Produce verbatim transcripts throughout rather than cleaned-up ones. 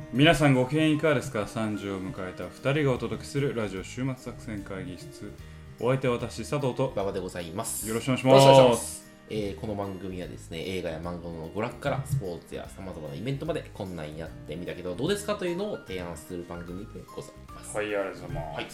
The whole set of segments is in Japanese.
皆さんご機嫌いかがですか。さんじを迎えたふたりがお届けするラジオ週末作戦会議室。お相手は私佐藤と馬場でございます。 よろしくお願いします。よろしくお願いします。 えー、この番組はですね、映画や漫画の娯楽からスポーツやさまざまなイベントまでこんなんやってみたけどどうですかというのを提案する番組でございます。 はい、ありがとうございます。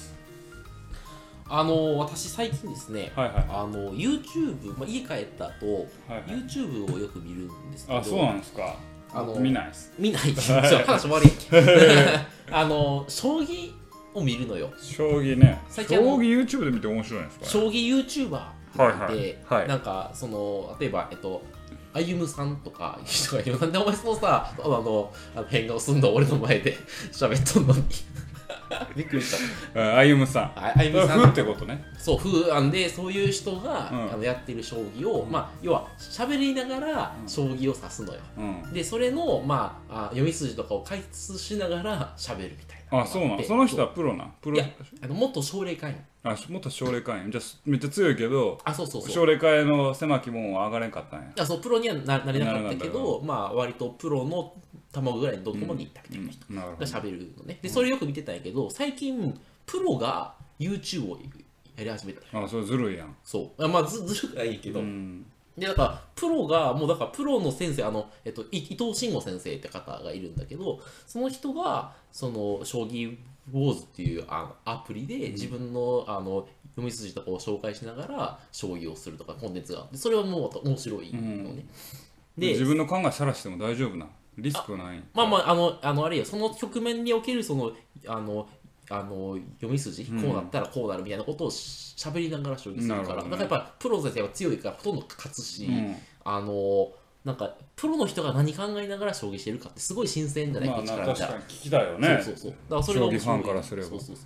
はい、あの私最近ですね、 はいはい、 あの YouTube、まあ、家帰った後、はいはい、YouTube をよく見るんですけど。 あ、そうなんですか。あの見ないです。 見ないちょ話終わりやんけあの将棋を見るのよ。 将棋ね。最近将棋 YouTube で見て面白いんですか。 将棋 YouTuber で、はいはいはい、なんかその例えばえっとあゆむさんとか人がいる。なんでお前そのさあのあの変顔すんの俺の前で喋っとんのにびっくりした。 あゆむさん。 あゆむさん風ってことね。 そう、風なんで、そういう人が、 うん、 あのやってる将棋を、まあ、要は喋りながら将棋を指すのよ。うん、で、それの、まあ、あ読み筋とかを解説しながら喋るみたいな。 あ、そうなん。その人はプロな。プロ。 いや、あの元奨励会員。 あ、元奨励会員。じゃあめっちゃ強いけど、 あ、そうそうそう。 奨励会の狭き門は上がれんかったんや。 あ、そう、プロには な, なれなかったけど、まあ、割とプロの卵ぐらいのどこまで行ったみたいな人が喋るのね。で、それよく見てたんやけど、最近、プロが YouTube をやり始めた。 あ、それずるいやん。 そう。まあ、ずずるくないけど。うん、で、だから、プロが、もうだから、プロの先生、あの、えっと、伊藤慎吾先生って方がいるんだけど、その人が、その、将棋ウォーズっていうあのアプリで、自分の、あの、読み筋とかを紹介しながら、将棋をするとか、コンテンツがあって、それはもう面白いのね。うん、 で、自分の考えさらしても大丈夫な。リスクない。 まあまあ、あの、あのあれよ、その局面における、その、あの、あの読み筋、こうなったらこうなるみたいなことをしゃべりながら将棋するから、ね、だからやっぱプロ先生は強いからほとんど勝つし、うん、あのなんかプロの人が何考えながら将棋してるかってすごい新鮮じゃない、 まあ、確かに聞きたいよね。 そうそうそう。だからそれが面白い。 将棋ファンからすれば。 そうそうそう。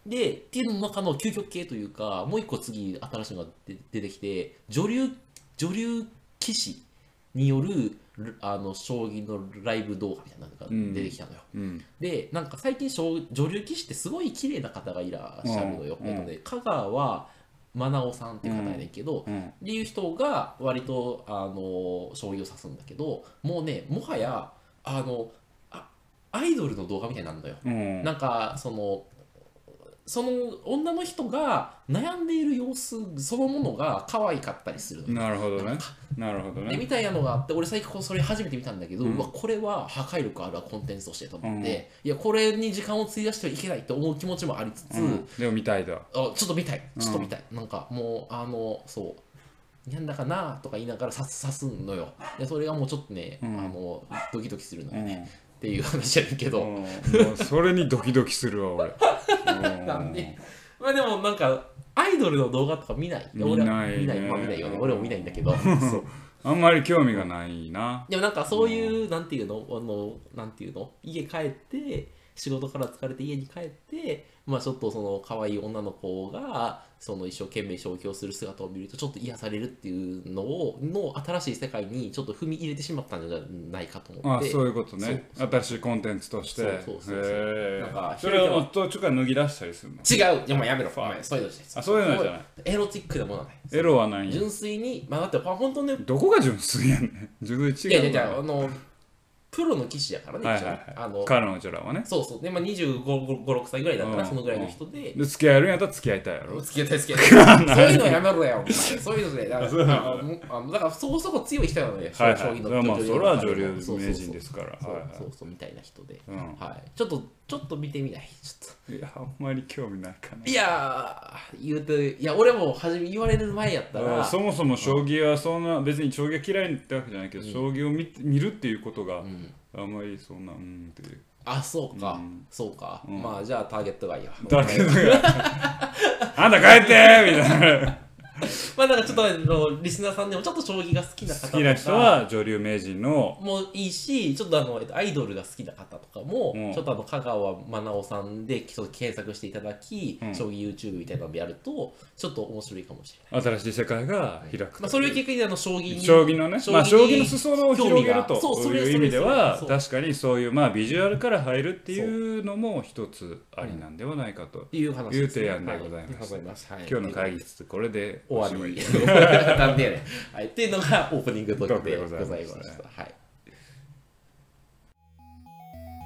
で、っていうの中の究極系というか、もう一個次新しいのが出てきて、女流女流棋士によるあの将棋のライブ動画みたいなのが出てきたのよ。うんうん、で、なんか最近女流棋士ってすごい綺麗な方がいらっしゃるのよ。うんうん、で香川真直さんっていう方やねんけど、うんうん、っていう人が割とあの将棋を指すんだけど、もうね、もはやあのあアイドルの動画みたいになるのよ。うん、なんかそのその女の人が悩んでいる様子そのものが可愛かったりするの。 なるほどね。なるほどね。 でみたいなのがあって、俺最近それ初めて見たんだけど、うん、うわこれは破壊力あるコンテンツとしてと思って、うん、いやこれに時間を費やしてはいけないと思う気持ちもありつつ、うん、 でも見たいと。 あちょっと見たいちょっと見たい、うん、なんかもうあのそうなんだかなとか言いながら刺す刺すのよ。でそれがもうちょっとね、うん、あのドキドキするのよね、うん、っていう話やねんけど、もうそれにドキドキするわ俺なんでまあでもなんかアイドルの動画とか見ない。 見ないね。 見ない、まあ見ないよね。俺も見ないんだけどそうあんまり興味がないな。 でもなんかそういう、なんていうの、あの、なんていうの、家帰って仕事から疲れて家に帰ってまあちょっとその可愛い女の子がその一生懸命消去する姿を見るとちょっと癒されるっていうのをの新しい世界にちょっと踏み入れてしまったんじゃないかと思って。 あ、そういうことね。新しいコンテンツとして。 そうそうそうそう。なんかそれを途中から脱ぎ出したりするの？ 違う。いやもうやめろ。お前そういうのじゃない。 あ、そういうのじゃない。 エロチックなものはない。 エロはない。 純粋にまあだって本当ね。 どこが純粋やねん。純粋違う。 いやいやいやあの。プロの棋士やからね、 はいはいはい、あの彼女らはね。 そうそう。で、まあ、にじゅうご、ろくさいぐらいだったら、そのぐらいの人で。 で、付き合えるんやったら付き合いたいやろ。 付き合いたい、付き合いたい。そういうのやめろよ。そういうので、だから、だからそこそこ強い人なのね、将棋の。 まあ、それは女流名人ですから。 そうそう、みたいな人で。はい。ちょっと、ちょっと見てみない。ちょっと。 いや、あんまり興味ないかな。 いやー、言うて、いや、俺も初め言われる前やったら。 そもそも将棋はそんな、別に将棋が嫌いってわけじゃないけど、将棋を見るっていうことが、あんまりそんなうんっていう。 あ、そうか、うん、そうか、うん、まあじゃあターゲットがいいわ。 ターゲットがあんた帰ってみたいな。 まあなんかちょっとリスナーさんでもちょっと将棋が好きな方とか好きな人は女流名人のもいいし、ちょっとあのアイドルが好きな方とかも、うん、ちょっとあの香川真直さんでちょっと検索していただき、うん、将棋 YouTube みたいなのをやるとちょっと面白いかもしれない。 新しい世界が開く。 まあそれを結局あの将棋に将棋のね、まあ将棋の裾野を広げるという意味では確かにそういうまあビジュアルから入るっていうのも一つありなんではないかという提案でございます。今日の会議室これで終わり。なんでやねん、はい、っていうのがオープニングトークでございました。はい。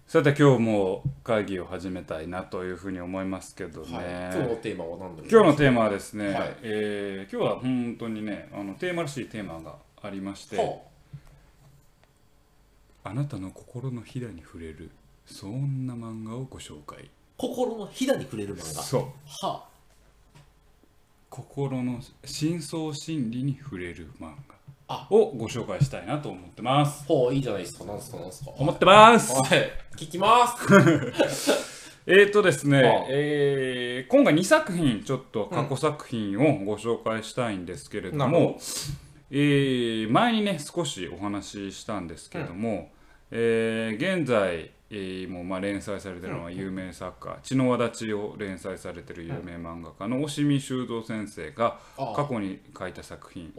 さて今日も会議を始めたいなというふうに思いますけどね、はい、 今日のテーマは何で今日のテーマはですね、はい、えー、今日は本当にねあのテーマらしいテーマがありまして、はあ、あなたの心のひだに触れるそんな漫画をご紹介。 心のひだに触れる漫画。 そう、 はあ、 心の深層心理に触れる漫画をご紹介したいなと思ってます。 ほう、いいじゃないですか。なんすかなんすか。 思ってます。 はい、聞きます。 えーとですね、はあ、えー、今回にさく品ちょっと過去作品をご紹介したいんですけれども、うん、えー、前にね少しお話ししたんですけれども、うん、えー、現在、えー、もうまあ連載されているのは有名作家、血の輪立ちを連載されている有名漫画家の押見修造先生が過去に書いた作品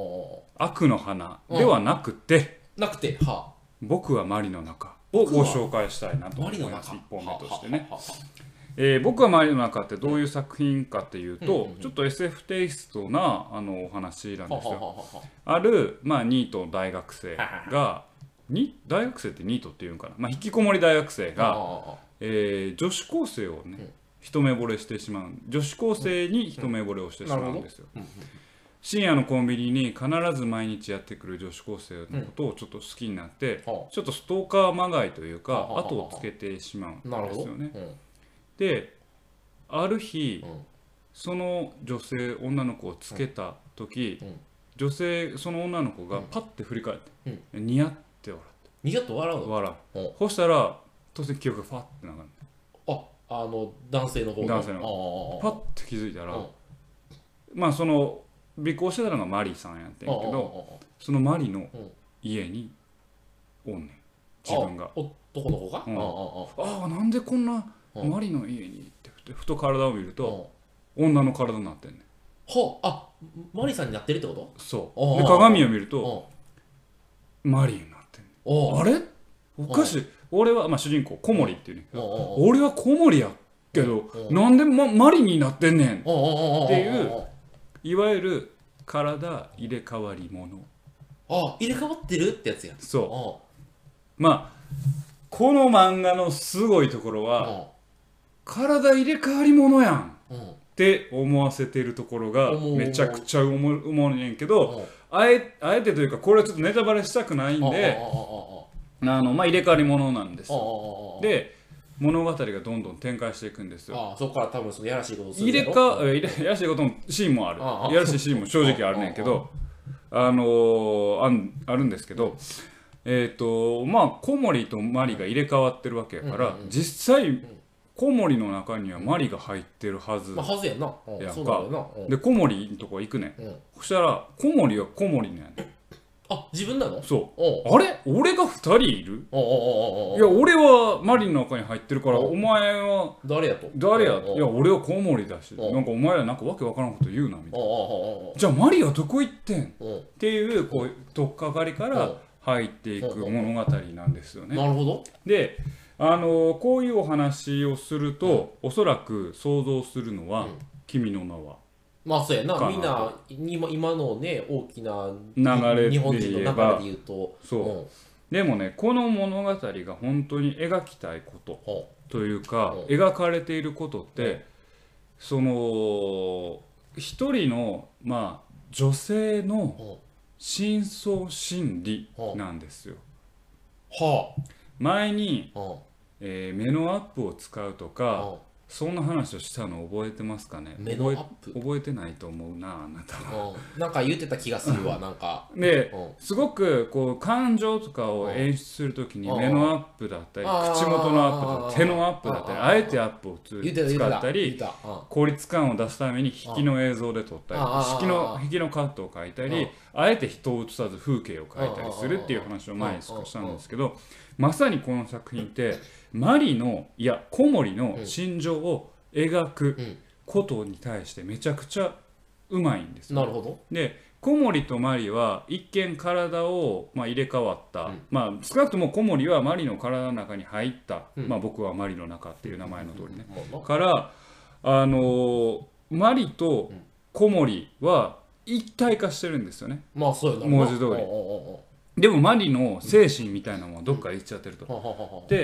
「悪の花」ではなくて、 なくて、はあ、 僕はマリの中をご紹介したいなと思います。いっぽんめとしてね。えー、僕はマリの中ってどういう作品かっていうと、ちょっと エスエフ テイストなあのお話なんですよ。ある、まあ、ニート大学生がに大学生ってニートっていうんかな、まあ、引きこもり大学生が、えー、女子高生をね、うん、一目惚れしてしまう女子高生に一目惚れをしてしまうんですよ。うんうん、深夜のコンビニに必ず毎日やってくる女子高生のことをちょっと好きになって、うん、ちょっとストーカーまがいというか、うん、後をつけてしまうんですよね。うん、である日、うん、その女性女の子をつけた時、うん、女性その女の子がパッて振り返って、うん、ニヤッって笑って。 ニヤッと笑うの？ 笑う。そしたら突然記憶がファッてなる。 あ、あの男性の方の男性のパッて気づいたら、まあその尾行してたのがマリさんやってんけど、そのマリの家におんねん自分が。 男の子が、 うん、ああなんでこんなマリの家にってふと体を見ると女の体になってんねん。 はあ、あ、マリさんになってるってこと？ そうで鏡を見るとマリになってんねん。あれおかしい。俺は、まあ、主人公小森っていうねんけど、俺は小森やけどなんで、ま、マリになってんねんっていういわゆる体入れ替わりもの。 ああ、入れ替わってるってやつや。 そうまあこの漫画のすごいところは体入れ替わりものやんって思わせてるところがめちゃくちゃ思うねんけど、あえあえてというかこれはちょっとネタバレしたくないんであの、まあ、入れ替わりものなんですよ。で物語がどんどん展開していくんですよ。 ああ、そこから多分そのやらしいことする入れか入れやらしいことのシーンもある。ああやらしいシーンも正直あるねんけどあのー、あんあるんですけど、えっとまあ小森とマリが入れ替わってるわけやから、うんうんうん、実際、うん、小森の中にはマリが入ってるはず、 まあ、はずやな、 うん、やんか、うん、で小森のとこ行くねん、うん、そしたら小森は小森ねん。 あ、自分なの？ そうあれ俺がふたりいる？いや俺はマリの中に入ってるからお前は誰やと？ 誰やと？いや俺は小森だしなんかお前らなんかわけわからんこと言うなみたいな。じゃあマリはどこ行ってんっていうこう取っかかりから入っていく物語なんですよね。 なるほど。 であのこういうお話をすると、うん、おそらく想像するのは「君の名は」 まあそうやな、みんな今今のね大きな流れ日本人の流れで言うとそう、うん、でもねこの物語が本当に描きたいことというか、うん、描かれていることって、うん、その一人のまあ女性の深層心理なんですよ。 はあ、 前に、はあえー、目のアップを使うとか、はあそんな話をしたの覚えてますかね。 目のアップ覚えてないと思うなあなたは、 うん、なんか言ってた気がするわなんかで、うん、すごくこう感情とかを演出するときに目のアップだったり口元のアップだったり手のアップだったりあえてアップを使ったり効率感を出すために引きの映像で撮ったり引きの引きのカットを描いたりあえて人を映さず風景を描いたりするっていう話を前に少ししたんですけどまさにこの作品ってマリのいや小森の心情を描くことに対してめちゃくちゃうまいんですよ。 なるほど。 で小森とマリは一見体をまあ入れ替わった、うん、まあ少なくとも小森はマリの体の中に入った、うん、まあ僕はマリの中っていう名前の通りね、うん、からあのー、マリと小森は一体化してるんですよね。 まあそうやな文字通り。でもマリの精神みたいなのはどっか行っちゃってると。で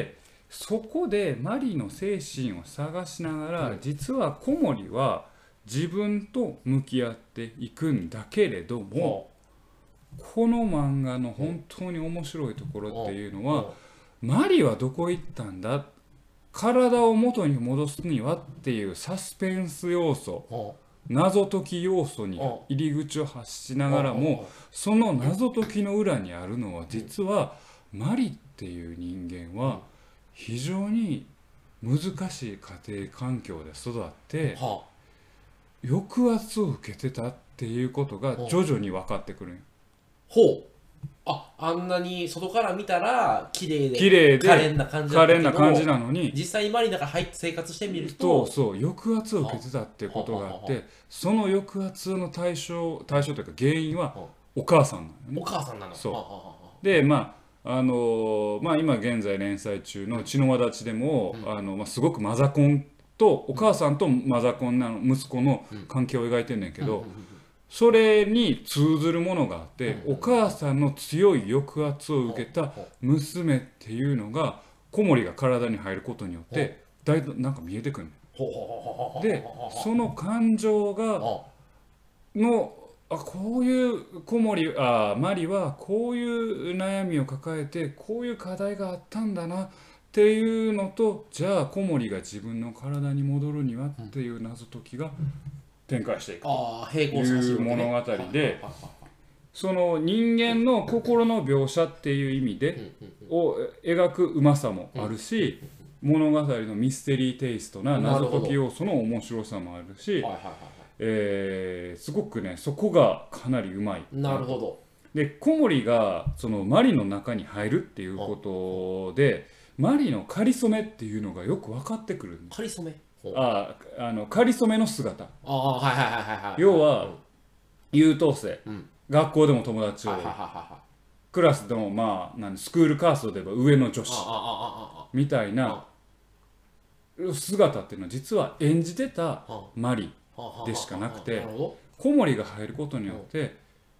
そこでマリの精神を探しながら、うん、実は小森は自分と向き合っていくんだけれども、うん、この漫画の本当に面白いところっていうのは、うん、マリはどこ行ったんだ、体を元に戻すにはっていうサスペンス要素、謎解き要素に入り口を発しながらも、その謎解きの裏にあるのは実はマリっていう人間は非常に難しい家庭環境で育って抑圧を受けてたっていうことが徐々に分かってくるんよ。 ほう。あ、あんなに外から見たら綺麗で綺麗で可憐な感じ可憐な感じなのに、 実際にマリの中入って生活してみると、 そうそう抑圧を受けてたっていうことがあって、その抑圧の対象対象というか原因はお母さんなのよね。 お母さんなの。 そうで、まああのー、まあ今現在連載中の血の輪立ちでも、うん、あのまあ、すごくマザコンとお母さんとマザコンなの息子の関係を描いてんねんけど、それに通ずるものがあって、お母さんの強い抑圧を受けた娘っていうのが小森が体に入ることによってだいぶなんか見えてくるの。でその感情がのあこういう小森あマリはこういう悩みを抱えてこういう課題があったんだなっていうのと、じゃあ小森が自分の体に戻るにはっていう謎解きが展開していくという物語で、その人間の心の描写っていう意味でを描くうまさもあるし、物語のミステリーテイストな謎解き要素の面白さもあるし、えー、すごくねそこがかなりうまい。 なるほど。 で小森がそのマリの中に入るっていうことで、マリの仮初めっていうのがよく分かってくる。 仮初めああの仮初めの姿。 ああ、はいはいはいはい。 要は優等生、うん、学校でも友達を、クラスでもまあ何スクールカーストで言えば上の女子みたいな姿っていうのは実は演じてたマリでしかなくて、小森が入ることによって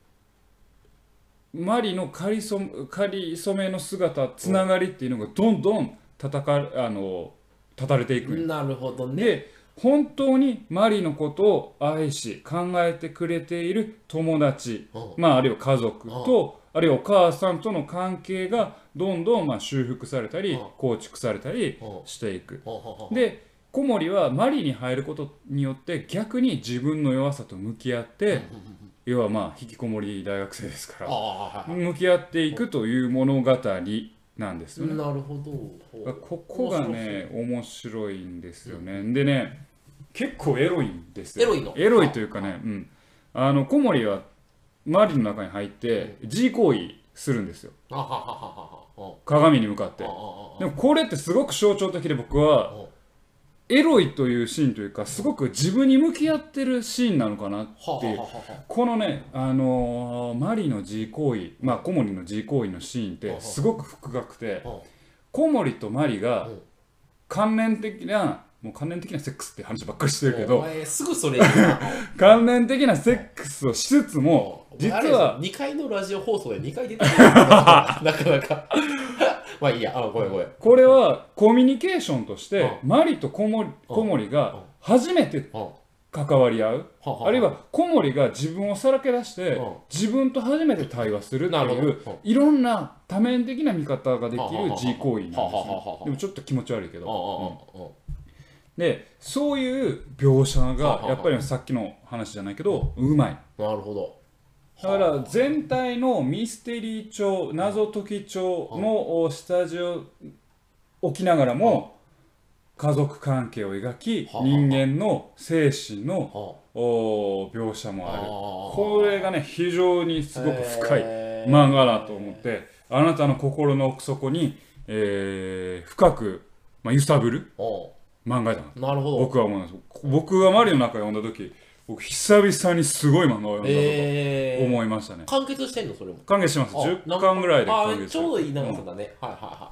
マリの仮初めの姿つながりっていうのがどんどん叩かあの立たれていく。 なるほどね。 で本当にマリのことを愛し考えてくれている友達、まあ、あるいは家族と、あるいはお母さんとの関係がどんどんまあ修復されたり構築されたりしていく。で小森はマリに入ることによって逆に自分の弱さと向き合って、要はまあ引きこもり大学生ですから向き合っていくという物語なんですよね。 なるほど。 ここがね面白いんですよね。でね結構エロいんですよ。 エロいの？ エロいというかね、うん、あの小森はマリの中に入って自慰行為するんですよ。鏡に向かって。でもこれってすごく象徴的で、僕はエロいというシーンというかすごく自分に向き合ってるシーンなのかなっていう、このねあのー、マリの自慰行為、まあ小森の自慰行為のシーンってすごく深くて、小森とマリが関連的なもう関連的なセックスって話ばっかりしてるけど、 すぐそれ関連的なセックスをしつつも実はにかいのラジオ放送でにかい出てるなかなかまあいいや、あごめんごめん。 これはコミュニケーションとしてマリと小森、小森が初めて関わり合う、あるいは小森が自分をさらけ出して自分と初めて対話するっていういろんな多面的な見方ができる自慰行為なんですよ。でもちょっと気持ち悪いけど、でそういう描写がやっぱりさっきの話じゃないけどうまい。 なるほど。 だから全体のミステリー調謎解き調の下地を置きながらも家族関係を描き人間の精神の描写もある。これがね非常にすごく深い漫画だと思って、あなたの心の奥底に、えー、深く、まあ、揺さぶる漫画だなと僕は思うんです。僕がマリの中読んだ時、僕久々にすごい漫画を読んだと思いましたね。 完結してんのそれも？ 完結します。じゅっかんぐらいで完結。 ちょうどいい長さだね。はいはいはい。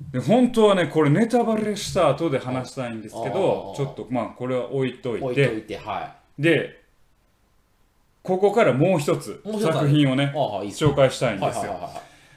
で本当はねこれネタバレした後で話したいんですけど、ちょっとまあこれは置いといて、 置いといて、はい。 でここからもう一つ作品をね紹介したいんですよ。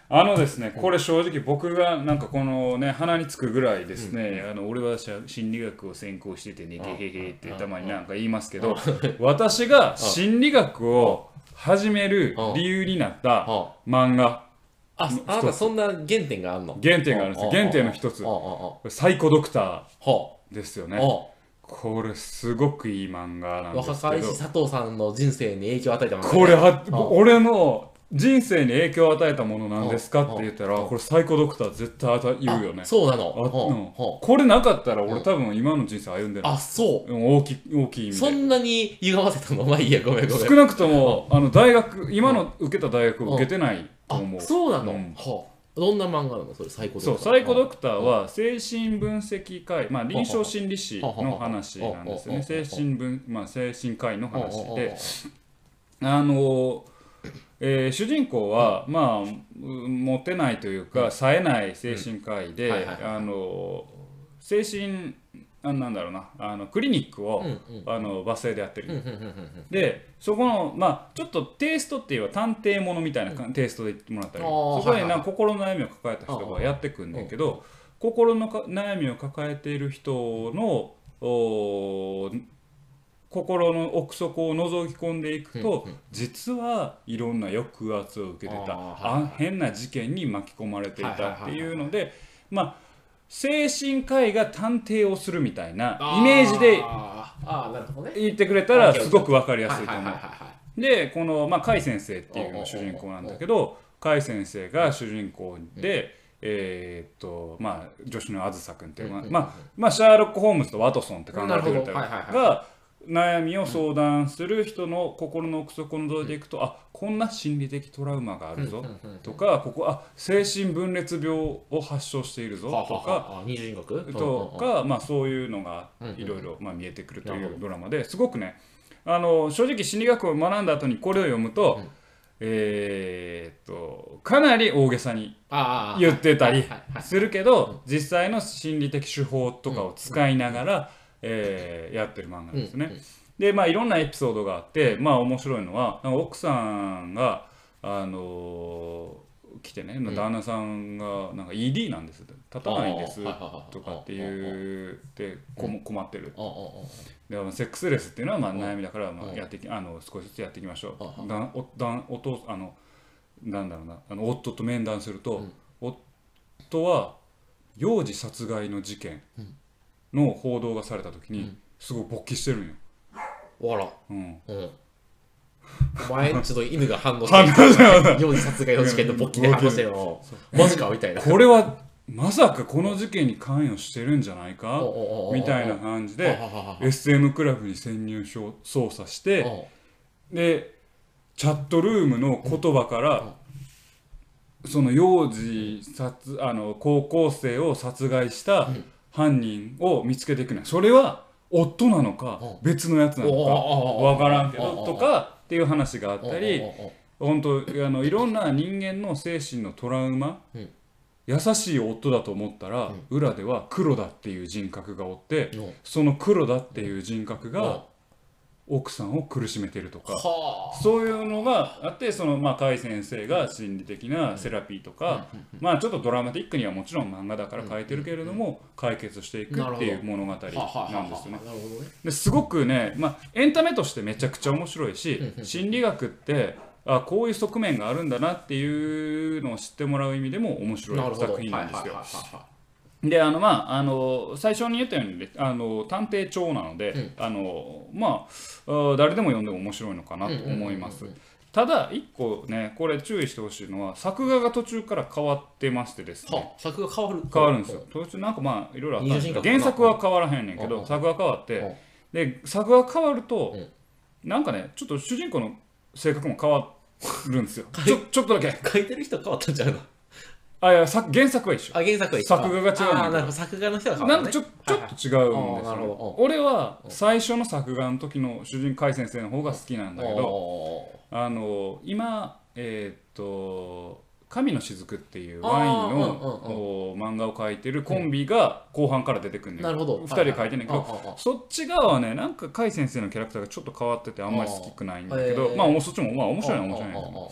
あのですね、これ正直僕がなんかこのね鼻につくぐらいですね、あの俺は心理学を専攻しててねゲヘヘってたまになんか言いますけど、私が心理学を始める理由になった漫画、 あ、あなたそんな原点があるの？ 原点があるんですよ。原点の一つ、サイコドクターですよね。これすごくいい漫画なんですけど、 若林佐藤さんの人生に影響を与えたもの、 これは俺の人生に影響を与えたものなんですかって言ったら、これサイコドクター絶対言うよね。 そうなの。 これなかったら俺多分今の人生歩んでる。 あ、そう。 大きい大きい意味で。 そんなに歪ませたの？まあいいや、ごめんごめん。 少なくともあの大学、今の受けた大学を受けてないと思う。 そうなの。どんな漫画なのそれ？サイコドクター。 そう、サイコドクターは精神分析科医、まあ臨床心理士の話なんですよね。精神分、まあ精神科医の話で、あの。えー、主人公は、うん、まあモテないというか、うん、冴えない精神科医で、あの精神あなんだろうなあのクリニックを、うんうん、あのバス停でやってる、うんうんうんうん、でそこのまあちょっとテイストっていう探偵ものみたいな、うん、テイストで言ってもらったり、そこでな心の悩みを抱えた人がやってくんねんけど、心の悩みを抱えている人のお心の奥底を覗き込んでいくと、うんうん、実はいろんな抑圧を受けてた、あ変な事件に巻き込まれていたっていうので、まあ精神科医が探偵をするみたいなイメージで言ってくれたらすごく分かりやすいと思う。でこの、まあ、甲斐先生っていうのが主人公なんだけど、甲斐先生が主人公で、えーっとまあ、助手のあずさ君っていうのは、まあまあ、シャーロック・ホームズとワトソンって考えてくれたりが悩みを相談する人の心の奥底を覗いていくと、うん、あこんな心理的トラウマがあるぞとか、ここあ精神分裂病を発症しているぞとかとか、まあ、そういうのがいろいろ見えてくるというドラマですごくね、あの正直心理学を学んだ後にこれを読むと、うん、えー、っとかなり大げさに言ってたりするけど、実際の心理的手法とかを使いながらえー、やってる漫画ですね。うんうん、でまあいろんなエピソードがあって、まあ面白いのは奥さんがあのー、来てね、うん、旦那さんがなんか イーディー なんです立たないんですとかっていうで困ってる。でセックスレスっていうのはまあ悩みだからまあやってあの少しずつやっていきましょう。だおだおとあのなんだろうなあの夫と面談すると、うん、夫は幼児殺害の事件、うんの報道がされた時にすごい勃起してるんよ。 わら、 うんうん、 お前ちょっと犬が反応して幼児殺害の事件と勃起で反応してるのマジかみたいな、 これはまさかこの事件に関与してるんじゃないかみたいな感じで エスエム クラブに潜入捜査して、でチャットルームの言葉からその幼児殺あの高校生を殺害した犯人を見つけていくね。それは夫なのか別のやつなのか分からんけどとかっていう話があったり、本当あのいろんな人間の精神のトラウマ、うん、優しい夫だと思ったら、うん、裏では黒だっていう人格がおって、うん、その黒だっていう人格が奥さんを苦しめてるとか、うん、そういうのがあって、そのまあ甲斐先生が心理的なセラピーとか、うん、まあちょっとドラマティックにはもちろん漫画だから書いてるけれども、解決していくっていう物語なんですよね。ですごくね、まあエンタメとしてめちゃくちゃ面白いし、心理学ってあこういう側面があるんだなっていうのを知ってもらう意味でも面白い作品なんですよ。であのまああの最初に言ったようにあの探偵調なので、うん、あのまあ誰でも読んでも面白いのかなと思います。ただ一個ねこれ注意してほしいのは作画が途中から変わってましてですね。 作画変わる変わるんですよ。途中なんかまあいろいろあったんですけど、原作は変わらへんねんけど作画変わってで作画変わると、うん、なんかねちょっと主人公の性格も変わるんですよ。ちょちょっとだけ書いてる人変わったんちゃうの？ あいや作原作は一緒。 あ原作は一緒。 作画が違うんだけど。 作画の人が変わる、ね、なんかちょちょっと違うんですよ。俺は最初の作画の時の主人公甲斐先生の方が好きなんだけど、あの今えー、っと神の雫っていうワインの漫画を描いてるコンビが後半から出てくるんだけど、ふたりで描いてんだけど、そっち側はねなんか甲斐先生のキャラクターがちょっと変わっててあんまり好きくないんだけど、まあそっちもまあ面白いのは面白いんだけど。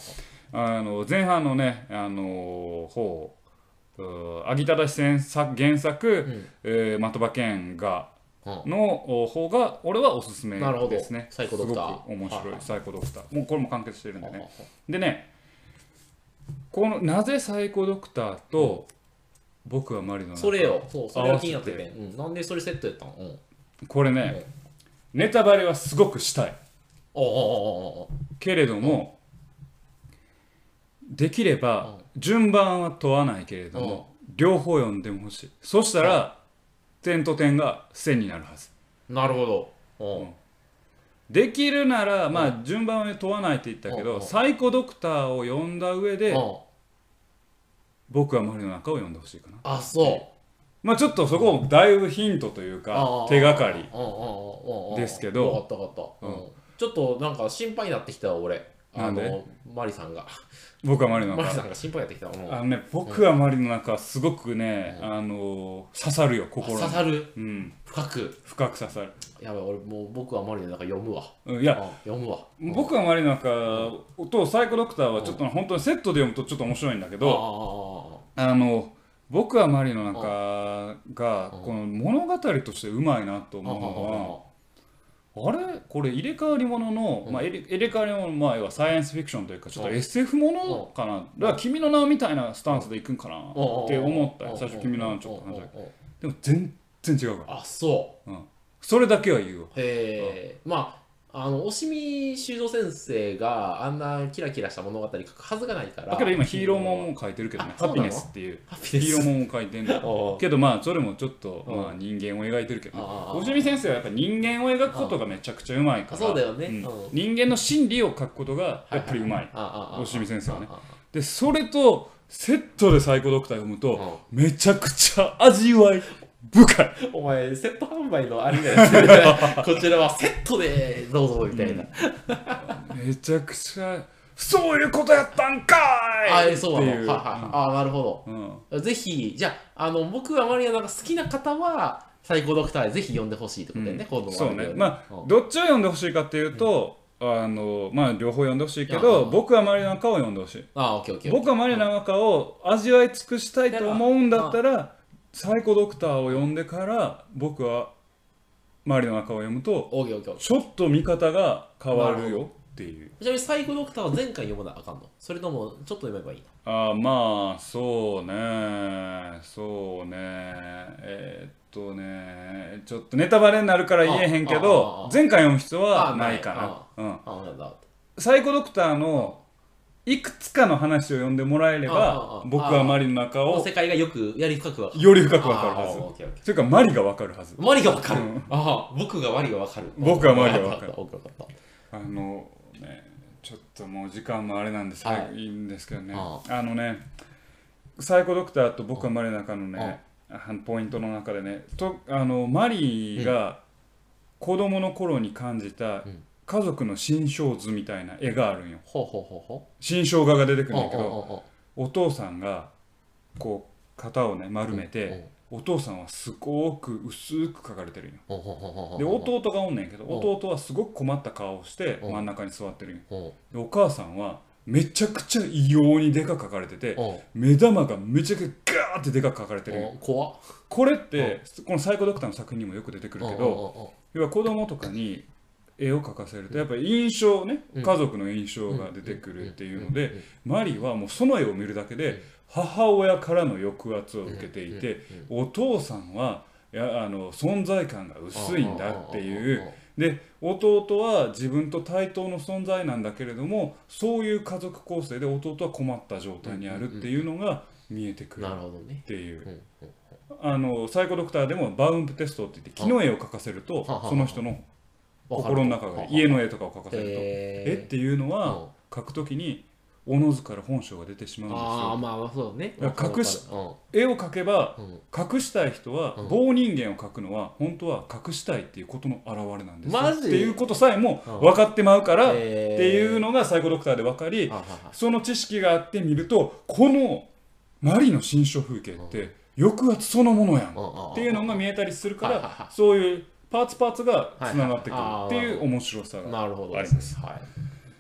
あの前半のねあの方秋忠先作原作、うんえー、的場健がの方が俺はおすすめですね。 サイコドクターすごく面白いサイコドクターもうこれも完結してるんでね。でねこのなぜサイコドクターと僕はマリの中それよそうそれが気になってて、うん、なんでそれセットやったの、うん、 これね、うん、ネタバレはすごくしたいけれども、うん、できれば順番は問わないけれども、うん、両方読んでもほしい。そしたら点と点が線になるはず。 なるほど、うん、 できるならまあ順番は問わないって言ったけど、サイコドクターを読んだ上で僕はマリの中を読んでほしいかな。 あ、そうまあちょっとそこだいぶヒントというか手がかりですけど、 分かった分かった、うん、ちょっとなんか心配になってきた俺。あのマリさんが僕はマリの中マリさんが心配やってきた。 あのね僕はマリの中すごくね、うん、あの刺さるよ心に。 刺さる、 うん、 深く深く刺さる。 やばい俺もう僕はマリの中読むわ。 いや読むわ。 僕はマリの中とサイコドクターはちょっと本当にセットで読むとちょっと面白いんだけど、あの僕はマリの中がこの物語としてうまいなと思うのは、あれこれ入れ替わり者の、うんまあ、入れ替わり者の前はサイエンスフィクションというかちょっと エスエフ ものかな、だから君の名みたいなスタンスでいくんかなって思ったよ最初。君の名ちょっと話だけどでも全然違うから。 あそう、 うん、それだけは言うわ。 へえ、うん、まああの押見修造先生があんなキラキラした物語書くはずがないから。 だけど今ヒーローもんも書いてるけどね、ハピネスっていうヒーローもんも書いてんだけど、まあそれもちょっとまあ人間を描いてるけど、押見先生はやっぱ人間を描くことがめちゃくちゃうまいから。 そうだよね、うん、 人間の心理を書くことがやっぱりうまい押見先生はね。でそれとセットでサイコドクター読むとめちゃくちゃ味わい深い。 お前セット販売のありがこちらはセットでどうぞみたいな、 うん、めちゃくちゃそういうことやったんかーいあそうなの、ははあなるほど、うん、ぜひじゃあ、あの僕はマリアなんか好きな方はサイコドクターぜひ読んでほしいってことだよね、うん、今度はそうね。まあ、うん、どっちを読んでほしいかっていうと、うん、あのまあ両方読んでほしいけど、僕はマリナカを読んでほしい。 あオッケーオッケー。 僕はマリナカを味わい尽くしたいと思うんだったらサイコドクターを読んでから僕はマリの中を読むとちょっと見方が変わるよっていう。 ちなみにサイコドクターは前回読まなあかんの？それともちょっと読めばいいの？あまあそうねそうねえー、っとねちょっとネタバレになるから言えへんけど前回読む必要はないかな。うん、サイコドクターのいくつかの話を読んでもらえれば僕はマリの中を世界がよくやり深くわかるより深くわかるはず。それからマリがわかるはず。 マリがわかる、うん、あ僕がマリがわかる僕はマリがわかる。あのねちょっともう時間もあれなんですけど、はい、いいんですけどね あ, あのねサイコドクターと僕はマリの中のねポイントの中でねとあのマリが子供の頃に感じた、うん家族の心象図みたいな絵があるんよ。心象画が出てくるんだけどお父さんがこう肩をね丸めてお父さんはすごく薄く描かれてるんよ。で弟がおんねんけど弟はすごく困った顔をして真ん中に座ってるんよ。でお母さんはめちゃくちゃ異様にでかく描かれてて目玉がめちゃくちゃガーってでかく描かれてるんよ。 怖っ。 これってこのサイコドクターの作品にもよく出てくるけど要は子供とかに絵を描かせるとやっぱり印象ね、うん、家族の印象が出てくるっていうのでマリはもうその絵を見るだけで母親からの抑圧を受けていてお父さんはいやあの存在感が薄いんだっていうで弟は自分と対等の存在なんだけれどもそういう家族構成で弟は困った状態にあるっていうのが見えてくるっていうあのサイコドクターでもバウンプテストって言って木の絵を描かせるとその人の心の中が家の絵とかを描かせると絵っていうのは描くときにおのずから本性が出てしまうんですよ。 ああまあそうね。 隠し絵を描けば隠したい人は棒人間を描くのは本当は隠したいっていうことの表れなんですよっていうことさえも分かってまうからっていうのがサイコドクターで分かりその知識があって見るとこのマリの心象風景って抑圧そのものやんっていうのが見えたりするからそういうパーツパーツがつながってくるっていう面白さがあります。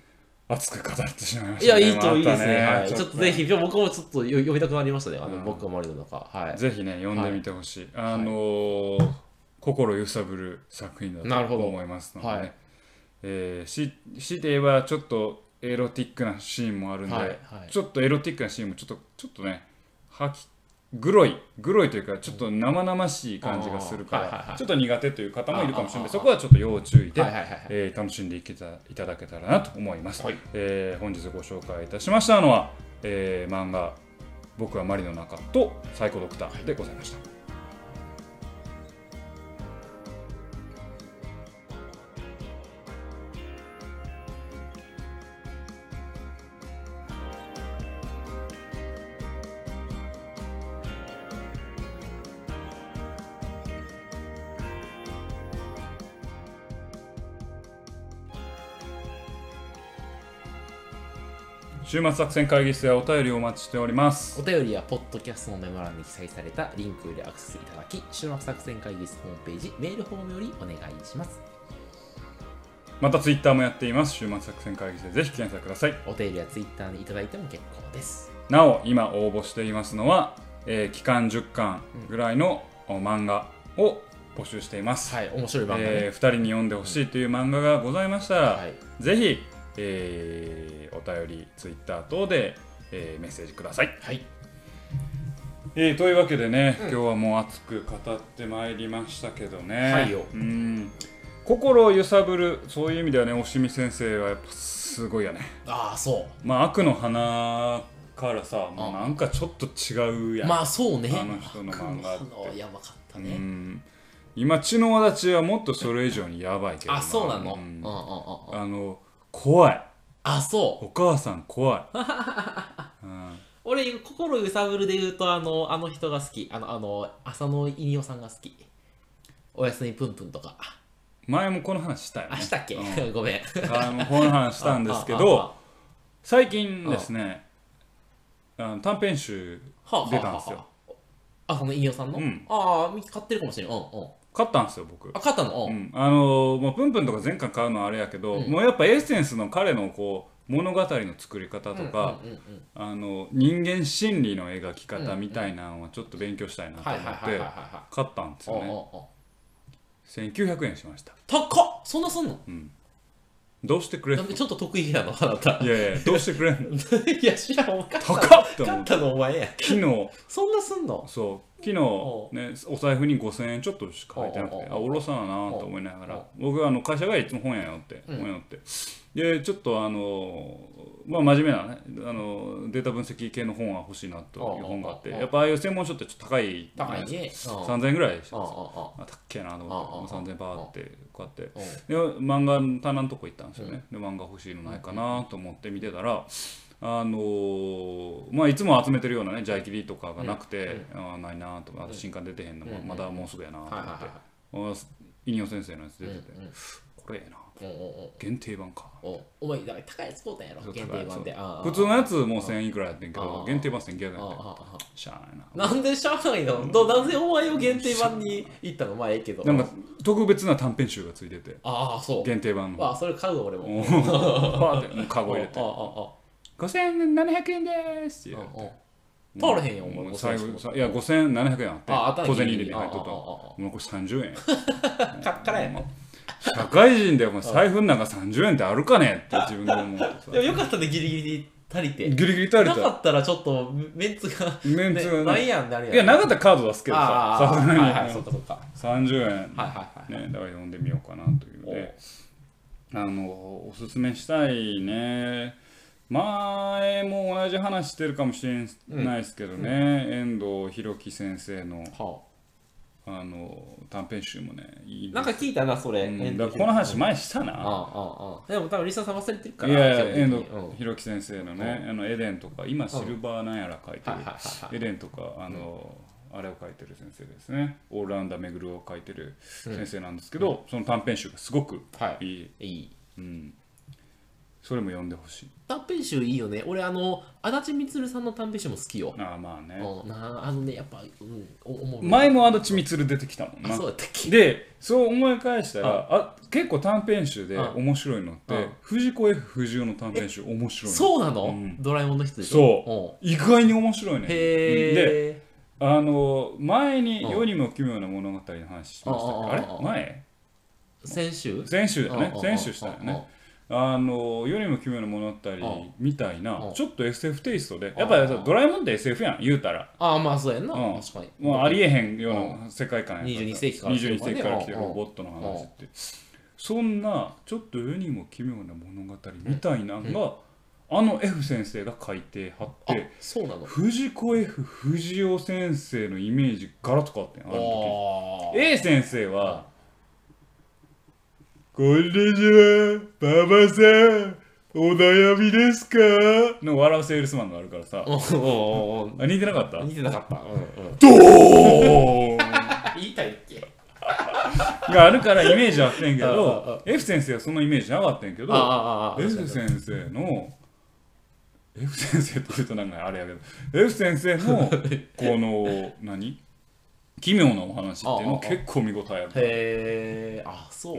熱く語ってしまいましたね。 いや、いいといいですね。はい。ちょっとぜひ、僕もちょっと読みたくなりましたね。あの、僕はマリの中。はい。 ぜひね、読んでみてほしい。あの、心揺さぶる作品だと思いますのでね。えー、し、しではちょっとエロティックなシーンもあるんで、ちょっとエロティックなシーンもちょっと、ちょっとね、はき、グロい、グロいというか、ちょっと生々しい感じがするから、ちょっと苦手という方もいるかもしれない。そこはちょっと要注意で、えー、楽しんでいけたいただけたらなと思います。はい、えー、本日ご紹介いたしましたのは、えー、漫画、僕はマリの中とサイコドクターでございました。週末作戦会議室ではお便りをお待ちしております。 お便りはポッドキャストのメモ欄に記載されたリンクよりアクセスいただき、週末作戦会議室ホームページメールフォームよりお願いします。 またツイッターもやっています。週末作戦会議室でぜひ検索ください。 お便りはツイッターにいただいても結構です。 なお今応募していますのは、えー、期間じゅっかんぐらいの漫画を募集しています。 はい、面白い漫画ね、 えー、ふたりに読んでほしいという漫画がございましたら、はい、ぜひえー、お便り、ツイッター等で、えー、メッセージください。はい。えー、というわけでね、うん、今日はもう熱く語ってまいりましたけどね。はいよ。うん。心を揺さぶる、そういう意味ではね、押見先生はやっぱすごいよね。 ああ、そう。 まあ、悪の花からさ、もうなんかちょっと違うやん。 まあ、そうね。 あの人の漫画って。 やばかったね。うん。 今、血の輪立ちはもっとそれ以上にやばいけど。 あ、そうなの。うん、 うん、あの、怖い。 あ、そう。 お母さん怖い。 うん、俺、心揺さぶるで言うと、あの、あの人が好き。あの、あの、浅野いにおさんが好き。おやすみぷんぷんとか。 前もこの話したよね。 あ、したっけ、うん、ごめん。 あの、この話したんですけど、最近ですね、あの短編集出たんですよ。はあはあはあ、あ、そのいにおさんの、うん、ああ、買ってるかもしれん。うんうん。 買ったんですよ僕。 あ、買ったの？ うん。あのー、もうプンプンとか全巻買うのはあれやけど、うん、もうやっぱエッセンスの彼のこう物語の作り方とか、あの人間心理の描き方みたいなのはちょっと勉強したいなと思って買ったんですよね。せんきゅうひゃくえんしました。 高っ！そんなすんの？ うん。どうしてくれんの？ なんでちょっと得意なのあなた。 いやいや、どうしてくれんの？ いや、知らん。高っって思買ったのお前や。 昨日。 そんなすんの？ そう。昨日ね、お財布にごせんえんちょっとしか入ってなくて、あ、おろさななと思いながら、僕はあの会社がいつも本屋よって、本屋よって。で、ちょっとあの、まあ真面目なね、あの、データ分析系の本は欲しいなという本があって、やっぱああいう専門書ってちょっと高い。 高いね。 さんぜんえんぐらいしたんですよ。あ、高っけえなと思って、さんぜんえんバーってこうやって。で、漫画の棚のとこ行ったんですよね。で、漫画欲しいのないかなと思って見てたら、あのー、まあいつも集めてるようなねジャイキリとかがなくて、うん、あないなとか、あと新刊出てへんのも、うん、まだもうすぐやなと思って、イニオ先生のやつ出てて、うんうん、これええな限定版か。 お, お前だから高いやつ買うたんやろ限定版って。 普通のやつもうせんえんいくらやってんけど限定版せんきゅうひゃくえんやってしゃあないな。なんでしゃあないの？どなぜお前を限定版に行ったの？まあええけどなんか特別な短編集がついてて。 ああそう限定版の。 あそれ買うわ俺も。 パーってカゴ入れてごせんななひゃくえんでーすって言って。 買われへんよ、お前。 最後、いや、ごせんななひゃくえんあって、小銭入れに入っとった。もうこれさんじゅうえん。 かっからやん。 社会人でお前財布の中さんじゅうえんってあるかねって自分で思ってさ。 でもよかったね、ギリギリ足りて。 ギリギリ足りた。 なかったらちょっとメンツが。 メンツがないやん、なるやん。 いや、なかったらカード出すけどさ。さすがに。 はいはい、そっかそっか。 さんじゅうえん。はいはいはい。ね、だから読んでみようかなというので。あの、おすすめしたいね。前も同じ話してるかもしれないですけどね、うん、遠藤弘樹先生の、はあ、あの短編集もねいいなんか聞いたなそれ、うん、 だこの話前したな。ああああでも多分リサさん忘れてるから。 いやいや遠藤弘樹先生のね、うん、あのエデンとか今シルバーなんやら書いてる、エデンとかあの、うん、あれを書いてる先生ですね。オールラウンダーめぐるを書いてる先生なんですけど、うん、その短編集がすごくいい、はい、いい、うんそれも読んでほしい。 短編集いいよね。俺あの足立満さんの短編集も好きよ。 ああまあね、 うん、なあのねやっぱ、うん、思う前も足立満出てきたもんな。 そうだったっけ。 でそう思い返したら、あ結構短編集で面白いのって藤子 F 不二雄の短編集面白いの。 そうなの、うん、ドラえもんの人でしょ。 そう意外に面白いね。 へであの前に世にも奇妙な物語の話しましたっけ。あれ前先週先週だね。先週したよね。あの世にも奇妙な物語みたいなちょっと エスエフ テイストで、やっぱりドラえもんって エスエフ やん言うたら。 ああまあそうやんな、 うん、 確かにもうありえへんような世界観やからにじゅうに世紀からにじゅうに世紀から来てるロボットの話って、そんなちょっと世にも奇妙な物語みたいなのが、あの F 先生が書いてはって、 そうなの。 藤子 F 不二雄先生のイメージガラッと変わってん。あの時 A 先生はこんにちは、馬場さん、お悩みですかの笑うセールスマンがあるからさ。あ、似てなかった？ 似てなかった。 ドーン言いたいっけがあるからイメージあってんけど、F 先生はそのイメージなかったんけど、F 先生の、F 先生って言うとなんかあれやけど、F 先生の、この、何奇妙なお話っていうの結構見応えある。 へー、あ、そう。 うん、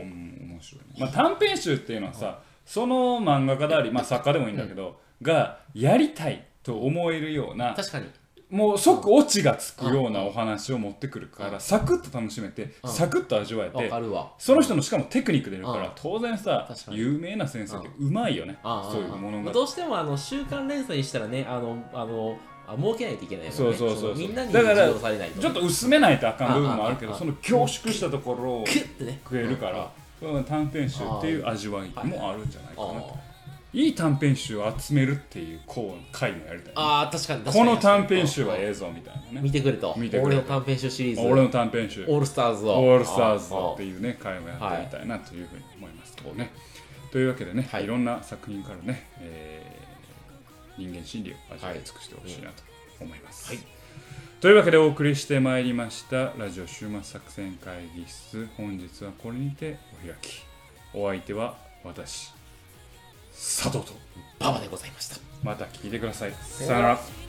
面白いね。まあ短編集っていうのはさ、その漫画家であり、まあ作家でもいいんだけど、がやりたいと思えるような、 確かに。 もう即オチがつくようなお話を持ってくるから、サクッと楽しめて、サクッと味わえて、その人のしかもテクニック出るから、当然さ、有名な先生ってうまいよね。そういうものが。 どうしてもあの週刊連載にしたらね、あの、あの、あ儲けないといけないよね。 そうそうそう。 みんなにだからされないとちょっと薄めないとあかん部分もあるけど、その凝縮したところをクッてね食えるから、短編集っていう味わいもあるんじゃないかなと。いい短編集を集めるっていう回もやりたい。 ああ確かに。 この短編集はええぞみたいなね。 見てくれと。俺の短編集シリーズ。 俺の短編集。 オールスターズを。 オールスターズっていうね回もやってみたいなというふうに思いますけどね。というわけでね、いろんな作品からね、人間心理を味わい尽くしてほしいなと思います。はい、というわけでお送りしてまいりましたラジオ週末作戦会議室、本日はこれにてお開き。お相手は私佐藤と馬場でございました。 また聞いてください。さよなら。